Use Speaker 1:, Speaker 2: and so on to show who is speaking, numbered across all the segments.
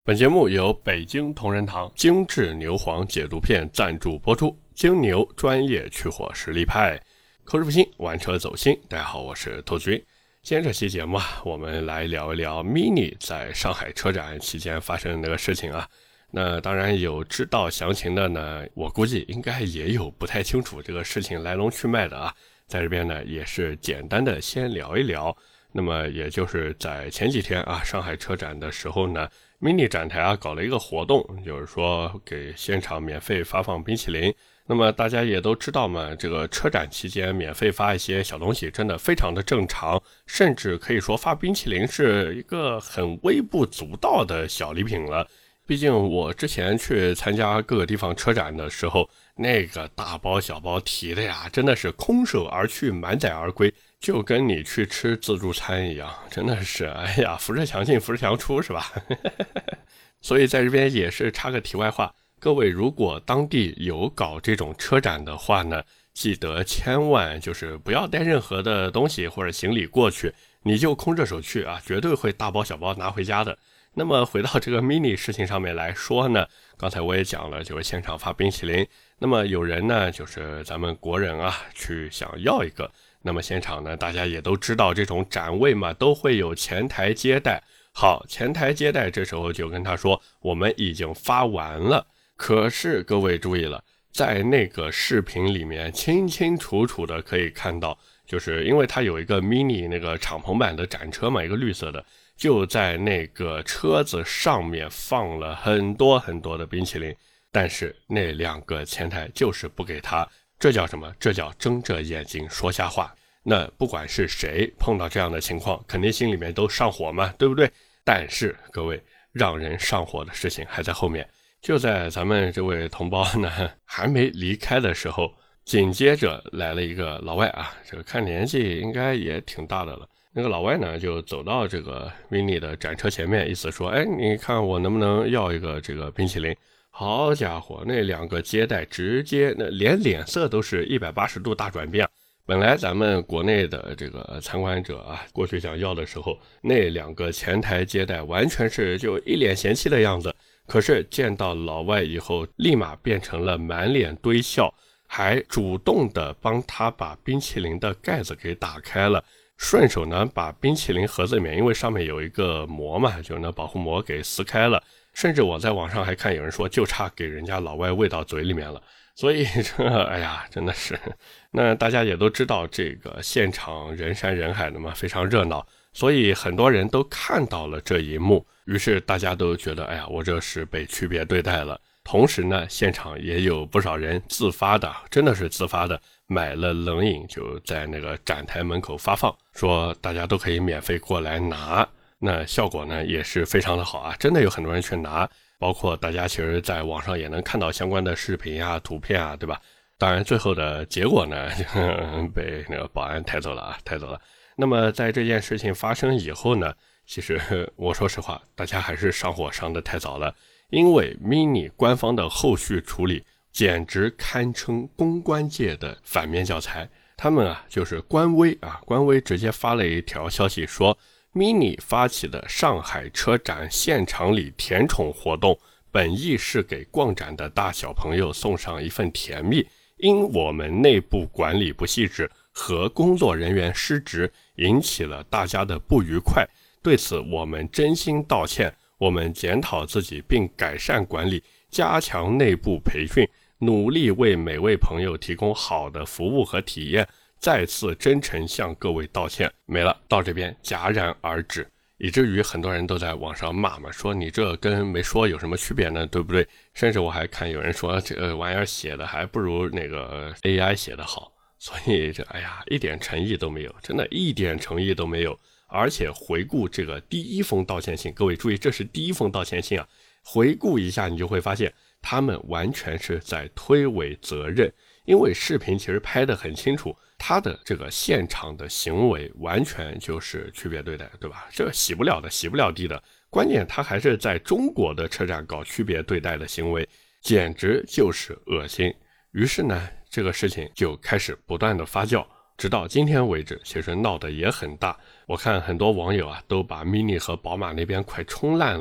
Speaker 1: 本节目由北京同仁堂精致牛黄解毒片赞助播出，精牛专业去火实力派，口齿不清，玩车走心。大家好，我是兔子君。今天这期节目我们来聊一聊 Mini 在上海车展期间发生的那个事情啊。那当然有知道详情的呢，我估计应该也有不太清楚这个事情来龙去脉的啊。在这边呢，也是简单的先聊一聊。那么也就是在前几天啊，上海车展的时候呢，Mini 展台搞了一个活动，就是说给现场免费发放冰淇淋。那么大家也都知道嘛，这个车展期间免费发一些小东西真的非常的正常，甚至可以说发冰淇淋是一个很微不足道的小礼品了。毕竟我之前去参加各个地方车展的时候，那个大包小包提的呀，真的是空手而去，满载而归，就跟你去吃自助餐一样，真的是哎呀，扶着墙进，扶着墙出，是吧？所以在这边也是插个题外话，各位如果当地有搞这种车展的话呢，记得千万就是不要带任何的东西或者行李过去，你就空着手去啊，绝对会大包小包拿回家的。那么回到这个 Mini 事情上面来说呢，刚才我也讲了，就是现场发冰淇淋。那么有人呢，就是咱们国人啊，去想要一个。那么现场呢，大家也都知道这种展位嘛，都会有前台接待。好，前台接待这时候就跟他说，我们已经发完了。可是各位注意了，在那个视频里面清清楚楚的可以看到，就是因为它有一个 Mini 那个敞篷版的展车嘛，一个绿色的，就在那个车子上面放了很多很多的冰淇淋，但是那两个前台就是不给他，这叫什么？这叫睁着眼睛说瞎话。那不管是谁碰到这样的情况，肯定心里面都上火嘛，对不对？但是各位，让人上火的事情还在后面。就在咱们这位同胞呢还没离开的时候，紧接着来了一个老外啊，这个看年纪应该也挺大的了。那个老外呢就走到这个 Mini 的展车前面，意思说，哎，你看我能不能要一个这个冰淇淋。好家伙，那两个接待直接那连脸色都是180度大转变。本来咱们国内的这个参观者啊，过去想要的时候，那两个前台接待完全是就一脸嫌弃的样子，可是见到老外以后立马变成了满脸堆笑，还主动的帮他把冰淇淋的盖子给打开了，顺手呢把冰淇淋盒子里面，因为上面有一个膜嘛，就那保护膜给撕开了，甚至我在网上还看有人说就差给人家老外喂到嘴里面了。所以这哎呀真的是，那大家也都知道这个现场人山人海的嘛，非常热闹，所以很多人都看到了这一幕，于是大家都觉得哎呀，我这是被区别对待了。同时呢，现场也有不少人自发的，真的是自发的买了冷饮，就在那个展台门口发放，说大家都可以免费过来拿。那效果呢也是非常的好啊，真的有很多人去拿，包括大家其实在网上也能看到相关的视频啊、图片啊，对吧？当然最后的结果呢被那个保安抬走了啊，抬走了。那么在这件事情发生以后呢，其实我说实话，大家还是上火上得太早了，因为 Mini 官方的后续处理简直堪称公关界的反面教材。他们啊就是官微直接发了一条消息说，Mini 发起的上海车展现场礼甜宠活动，本意是给逛展的大小朋友送上一份甜蜜，因我们内部管理不细致和工作人员失职，引起了大家的不愉快，对此我们真心道歉，我们检讨自己并改善管理，加强内部培训，努力为每位朋友提供好的服务和体验，再次真诚向各位道歉。没了，到这边戛然而止，以至于很多人都在网上骂嘛，说你这跟没说有什么区别呢，对不对？甚至我还看有人说这个玩意儿写的还不如那个 AI 写的好，所以这哎呀一点诚意都没有，真的一点诚意都没有。而且回顾这个第一封道歉信，各位注意，这是第一封道歉信啊，回顾一下你就会发现他们完全是在推诿责任，因为视频其实拍得很清楚，他的这个现场的行为完全就是区别对待，对吧？这洗不了的，洗不了地的。关键他还是在中国的车展搞区别对待的行为，简直就是恶心。于是呢，这个事情就开始不断的发酵，直到今天为止，其实闹得也很大。我看很多网友啊，都把 Mini 和宝马那边快冲烂了。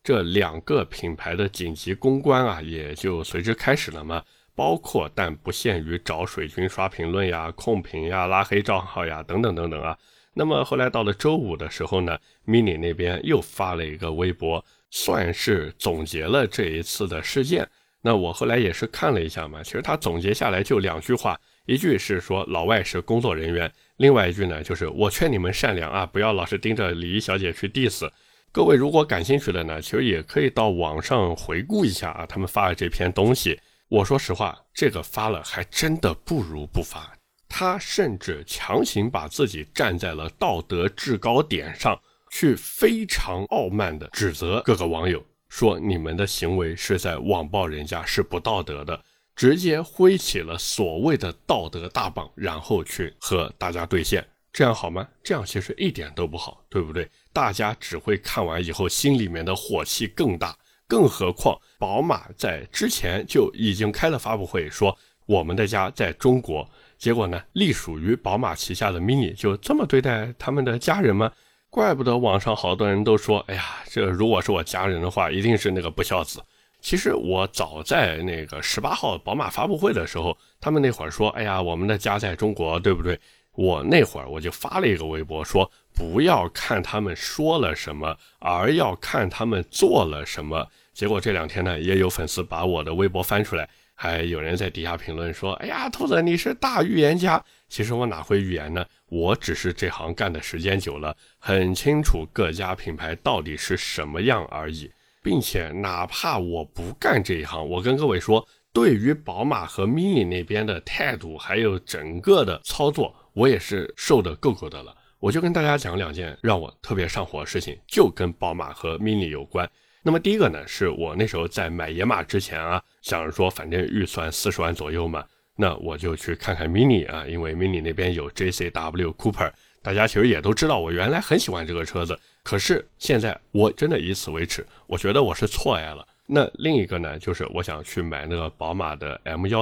Speaker 1: 这两个品牌的紧急公关啊，也就随之开始了嘛。包括但不限于找水军刷评论呀、控评呀、拉黑账号呀等等等等啊。那么后来到了周五的时候呢 ，mini 那边又发了一个微博，算是总结了这一次的事件。那我后来也是看了一下嘛，其实他总结下来就2句话，一句是说老外是工作人员，另外一句呢就是我劝你们善良啊，不要老是盯着礼仪小姐去 diss。各位如果感兴趣的呢，其实也可以到网上回顾一下啊，他们发的这篇东西。我说实话，这个发了还真的不如不发。他甚至强行把自己站在了道德制高点上，去非常傲慢地指责各个网友，说你们的行为是在网暴人家，是不道德的，直接挥起了所谓的道德大棒，然后去和大家对线。这样好吗？这样其实一点都不好，对不对？大家只会看完以后心里面的火气更大。更何况宝马在之前就已经开了发布会，说我们的家在中国，结果呢，隶属于宝马旗下的 mini 就这么对待他们的家人吗？怪不得网上好多人都说，哎呀，这如果是我家人的话，一定是那个不孝子。其实我早在那个18号宝马发布会的时候，他们那会儿说，哎呀，我们的家在中国，对不对？我那会儿我就发了一个微博说，不要看他们说了什么，而要看他们做了什么。结果这2天呢，也有粉丝把我的微博翻出来，还有人在底下评论说，哎呀，兔子你是大预言家。其实我哪会预言呢？我只是这行干的时间久了，很清楚各家品牌到底是什么样而已。并且哪怕我不干这一行，我跟各位说，对于宝马和 mini 那边的态度还有整个的操作，我也是受得够够的了。我就跟大家讲2件让我特别上火的事情，就跟宝马和 mini 有关。那么第一个呢，是我那时候在买野马之前啊，想着说反正预算40万左右嘛，那我就去看看 mini 啊，因为 mini 那边有 JCW Cooper， 大家其实也都知道我原来很喜欢这个车子，可是现在我真的以此为耻，我觉得我是错爱了。那另一个呢，就是我想去买那个宝马的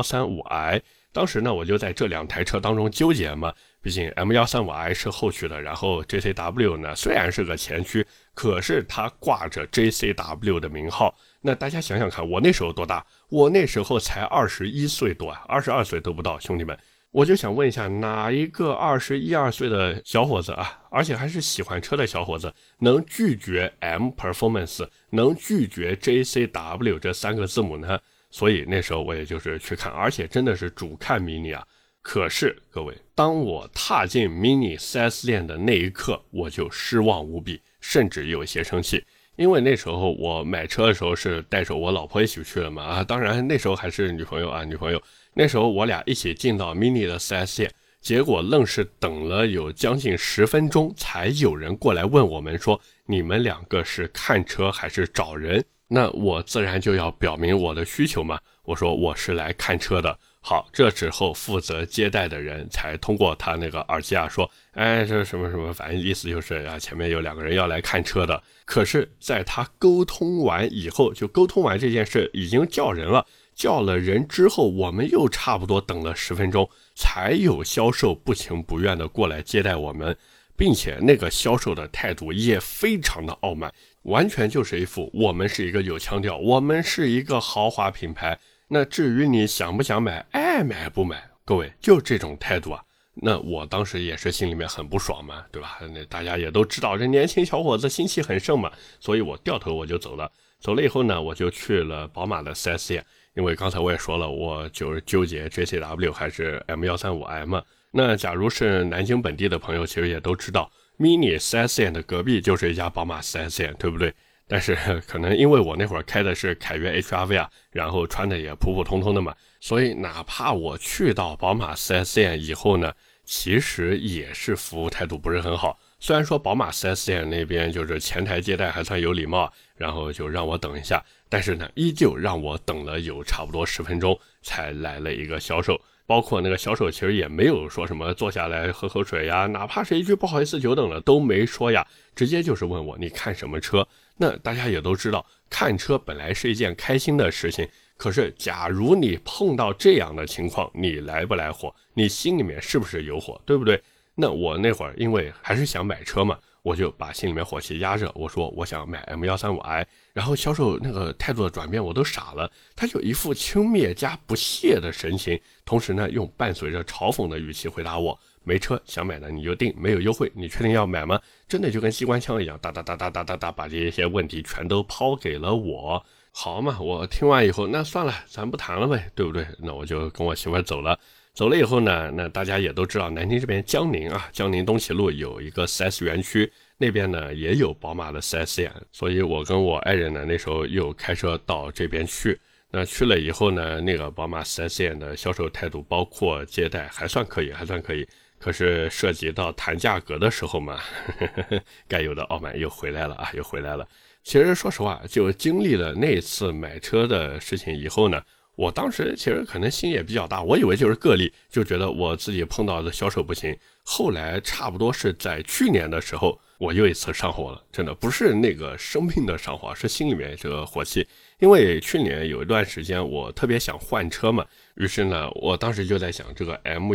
Speaker 1: M135i， 当时呢我就在这2台车当中纠结嘛，毕竟 M135i 是后驱的，然后 JCW 呢虽然是个前驱，可是它挂着 JCW 的名号。那大家想想看，我那时候多大？我那时候才21岁多啊，22岁都不到，兄弟们。我就想问一下，哪一个21、22岁的小伙子啊，而且还是喜欢车的小伙子，能拒绝 M Performance， 能拒绝 JCW 这3个字母呢？所以那时候我也就是去看，而且真的是主看 mini 啊。可是各位，当我踏进 mini 4S 店的那一刻，我就失望无比，甚至有些生气。因为那时候我买车的时候是带着我老婆一起去了嘛，当然那时候还是女朋友。那时候我俩一起进到 mini 的 4S 店，结果愣是等了有将近10分钟，才有人过来问我们说，你们2个是看车还是找人？那我自然就要表明我的需求嘛，我说我是来看车的。好，这之后负责接待的人才通过他那个耳机啊说，哎，这什么什么，反正意思就是啊，前面有2个人要来看车的。可是在他沟通完以后，就沟通完这件事已经叫人了，叫了人之后，我们又差不多等了10分钟，才有销售不情不愿的过来接待我们，并且那个销售的态度也非常的傲慢，完全就是一副我们是一个有腔调，我们是一个豪华品牌，那至于你想不想买，爱买不买，各位就这种态度啊。那我当时也是心里面很不爽嘛，对吧？那大家也都知道这年轻小伙子心气很盛嘛，所以我掉头我就走了。走了以后呢，我就去了宝马的 4S 店，因为刚才我也说了，我就是纠结 JCW 还是 M135i 嘛。那假如是南京本地的朋友，其实也都知道 mini 4S 店的隔壁就是一家宝马 4S 店，对不对？但是可能因为我那会儿开的是凯越 HRV 啊，然后穿的也普普通通的嘛，所以哪怕我去到宝马 4S 店以后呢，其实也是服务态度不是很好。虽然说宝马 4S 店那边就是前台接待还算有礼貌，然后就让我等一下，但是呢依旧让我等了有差不多10分钟才来了一个销售。包括那个销售其实也没有说什么坐下来喝口水呀，哪怕是一句不好意思久等了都没说呀，直接就是问我你看什么车。那大家也都知道，看车本来是一件开心的事情，可是假如你碰到这样的情况，你来不来火？你心里面是不是有火，对不对？那我那会儿因为还是想买车嘛，我就把心里面火气压着，我说我想买 M135i， 然后销售那个态度的转变我都傻了，他就一副轻蔑加不屑的神情，同时呢用伴随着嘲讽的语气回答我，没车想买的你就定，没有优惠你确定要买吗？真的就跟机关枪一样，哒哒哒哒哒哒哒，把这些问题全都抛给了我。好嘛，我听完以后，那算了，咱不谈了呗，对不对？那我就跟我媳妇走了。走了以后呢，那大家也都知道，南京这边江宁东齐路有一个 4S 园区，那边呢也有宝马的 4S 店，所以我跟我爱人呢那时候又开车到这边去。那去了以后呢，那个宝马 4S 店的销售态度包括接待还算可以。可是涉及到谈价格的时候嘛，该有的傲慢又回来了。其实说实话，就经历了那次买车的事情以后呢，我当时其实可能心也比较大，我以为就是个例，就觉得我自己碰到的销售不行。后来差不多是在去年的时候，我又一次上火了，真的不是那个生病的上火，是心里面这个火气。因为去年有一段时间我特别想换车嘛，于是呢我当时就在想，这个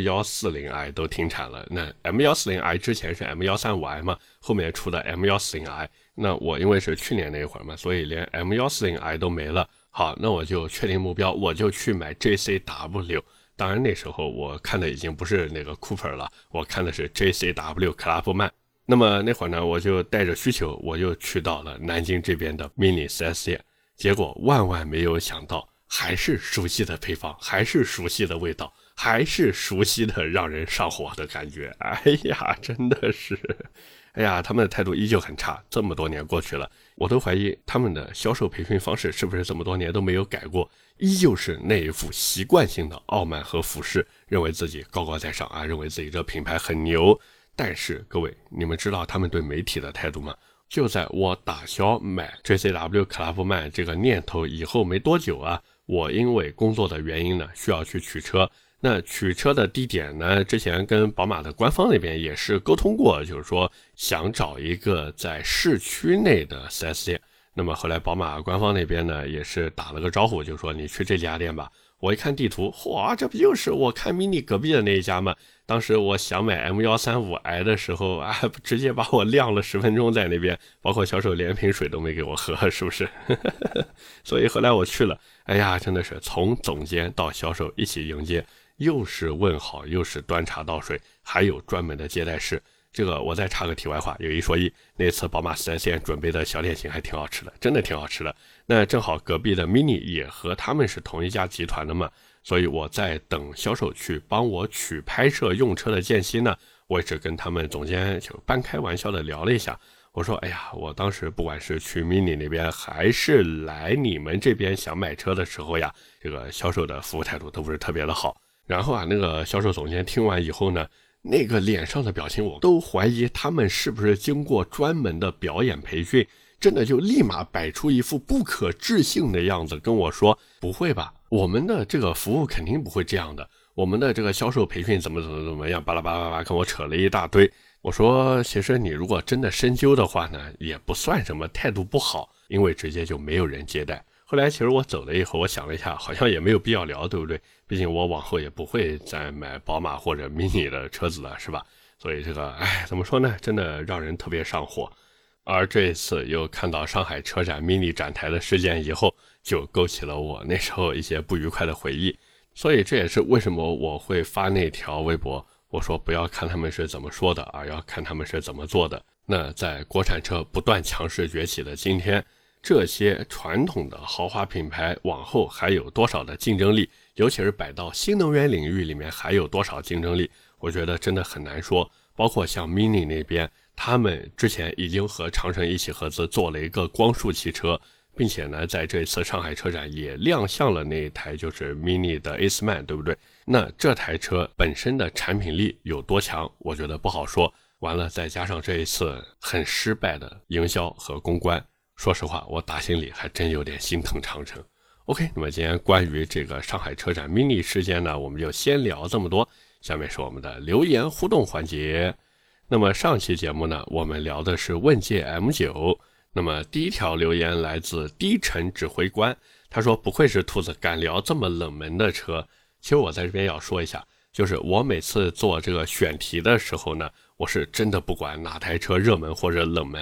Speaker 1: M140i 都停产了，那 M140i 之前是 M135i 嘛，后面出的 M140i， 那我因为是去年那会儿嘛，所以连 M140i 都没了。好，那我就确定目标，我就去买 JCW。当然那时候我看的已经不是那个 Cooper 了，我看的是 JCW 克拉夫曼。那么那会儿呢，我就带着需求，我又去到了南京这边的 Mini 4S 店，结果万万没有想到，还是熟悉的配方，还是熟悉的味道，还是熟悉的让人上火的感觉。哎呀，真的是，哎呀，他们的态度依旧很差，这么多年过去了，我都怀疑他们的销售培训方式是不是这么多年都没有改过，依旧是那一副习惯性的傲慢和俯视，认为自己高高在上啊，认为自己这品牌很牛。但是各位，你们知道他们对媒体的态度吗？就在我打消买 JCW 克拉夫曼这个念头以后没多久啊，我因为工作的原因呢，需要去取车。那取车的地点呢，之前跟宝马的官方那边也是沟通过，就是说想找一个在市区内的 4S 店。那么后来宝马官方那边呢也是打了个招呼，就说你去这家店吧。我一看地图，嚯，这不就是我看 mini 隔壁的那一家吗？当时我想买 M135i 的时候啊，直接把我晾了10分钟在那边，包括销售连瓶水都没给我喝，是不是？所以后来我去了，哎呀，真的是从总监到销售一起迎接，又是问好，又是端茶倒水，还有专门的接待室。这个我再插个题外话，有一说一，那次宝马 4S 店准备的小点心还挺好吃的，真的挺好吃的。那正好隔壁的 mini 也和他们是同一家集团的嘛，所以我在等销售去帮我取拍摄用车的间隙呢，我也是跟他们总监就半开玩笑的聊了一下。我说，哎呀，我当时不管是去 mini 那边还是来你们这边想买车的时候呀，这个销售的服务态度都不是特别的好。然后啊，那个销售总监听完以后呢，那个脸上的表情我都怀疑他们是不是经过专门的表演培训，真的就立马摆出一副不可置信的样子跟我说，不会吧，我们的这个服务肯定不会这样的，我们的这个销售培训怎么样，巴拉巴拉巴拉跟我扯了一大堆。我说其实你如果真的深究的话呢，也不算什么态度不好，因为直接就没有人接待。后来其实我走了以后，我想了一下，好像也没有必要聊，对不对？毕竟我往后也不会再买宝马或者 mini 的车子了，是吧？所以这个怎么说呢，真的让人特别上火。而这一次又看到上海车展 mini 展台的事件以后，就勾起了我那时候一些不愉快的回忆。所以这也是为什么我会发那条微博，我说不要看他们是怎么说的，而要看他们是怎么做的。那在国产车不断强势崛起的今天，这些传统的豪华品牌往后还有多少的竞争力，尤其是摆到新能源领域里面还有多少竞争力，我觉得真的很难说。包括像 mini 那边，他们之前已经和长城一起合资做了一个光束汽车，并且呢在这次上海车展也亮相了那一台就是 mini 的 Aceman， 对不对？那这台车本身的产品力有多强，我觉得不好说。完了再加上这一次很失败的营销和公关，说实话我打心里还真有点心疼长城。 OK， 那么今天关于这个上海车展 mini 事件呢，我们就先聊这么多。下面是我们的留言互动环节。那么上期节目呢，我们聊的是问界 M9。那么第一条留言来自低沉指挥官，他说不愧是兔子，敢聊这么冷门的车。其实我在这边要说一下，就是我每次做这个选题的时候呢，我是真的不管哪台车热门或者冷门，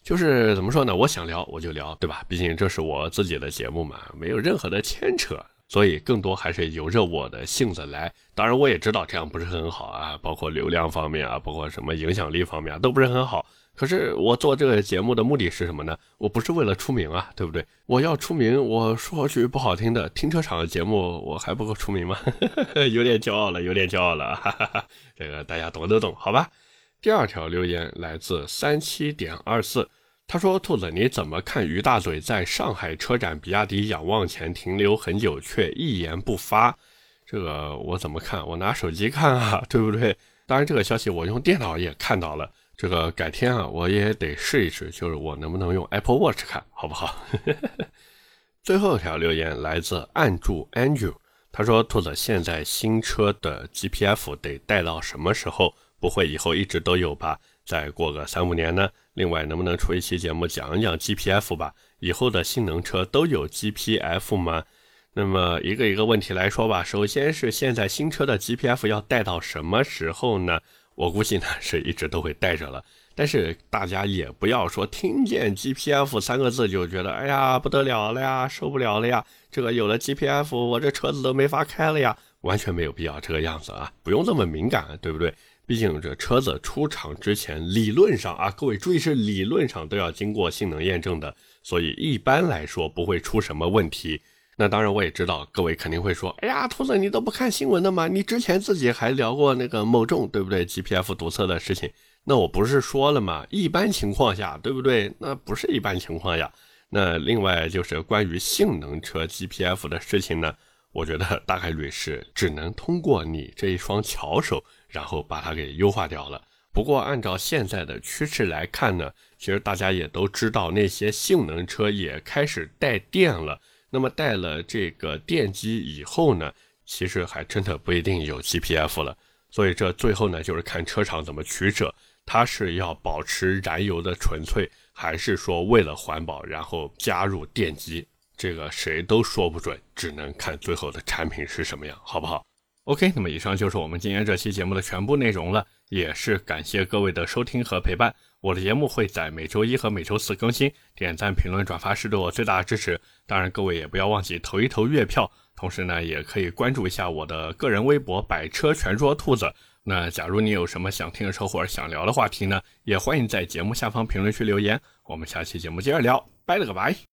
Speaker 1: 就是怎么说呢，我想聊我就聊，对吧？毕竟这是我自己的节目嘛，没有任何的牵扯，所以更多还是由着我的性子来。当然我也知道这样不是很好啊，包括流量方面啊，包括什么影响力方面啊，都不是很好。可是我做这个节目的目的是什么呢？我不是为了出名啊，对不对？我要出名，我说句不好听的，停车场的节目我还不够出名吗？有点骄傲了，有点骄傲了，哈哈哈，这个大家懂得懂，好吧？第二条留言来自37.24，他说：兔子你怎么看于大嘴在上海车展比亚迪仰望前停留很久却一言不发？这个我怎么看？我拿手机看啊，对不对？当然这个消息我用电脑也看到了，这个改天啊我也得试一试，就是我能不能用 Apple Watch 看，好不好？最后一条留言来自按住 Andrew， 他说：兔子现在新车的 GPF 得带到什么时候？不会以后一直都有吧？再过个3-5年呢？另外能不能出一期节目讲一讲 GPF 吧？以后的性能车都有 GPF 吗？那么一个一个问题来说吧，首先是现在新车的 GPF 要带到什么时候呢？我估计呢是一直都会带着了，但是大家也不要说听见 GPF 3个字就觉得哎呀不得了了呀，受不了了呀，这个有了 GPF 我这车子都没法开了呀，完全没有必要这个样子啊，不用这么敏感，对不对？毕竟这车子出厂之前理论上啊，各位注意是理论上都要经过性能验证的，所以一般来说不会出什么问题。那当然我也知道各位肯定会说，哎呀兔子你都不看新闻的吗？你之前自己还聊过那个某众对不对 GPF 堵塞的事情，那我不是说了吗？一般情况下对不对？那不是一般情况下。那另外就是关于性能车 GPF 的事情呢，我觉得大概率是只能通过你这一双巧手然后把它给优化掉了。不过按照现在的趋势来看呢，其实大家也都知道那些性能车也开始带电了，那么带了这个电机以后呢，其实还真的不一定有 GPF 了。所以这最后呢就是看车厂怎么取舍，它是要保持燃油的纯粹，还是说为了环保然后加入电机，这个谁都说不准，只能看最后的产品是什么样，好不好？OK， 那么以上就是我们今天这期节目的全部内容了，也是感谢各位的收听和陪伴。我的节目会在每周一和每周四更新，点赞、评论、转发是对我最大的支持。当然各位也不要忘记投一投月票，同时呢也可以关注一下我的个人微博百车全说兔子。那假如你有什么想听的车或者想聊的话题呢，也欢迎在节目下方评论区留言，我们下期节目接着聊，拜了个拜。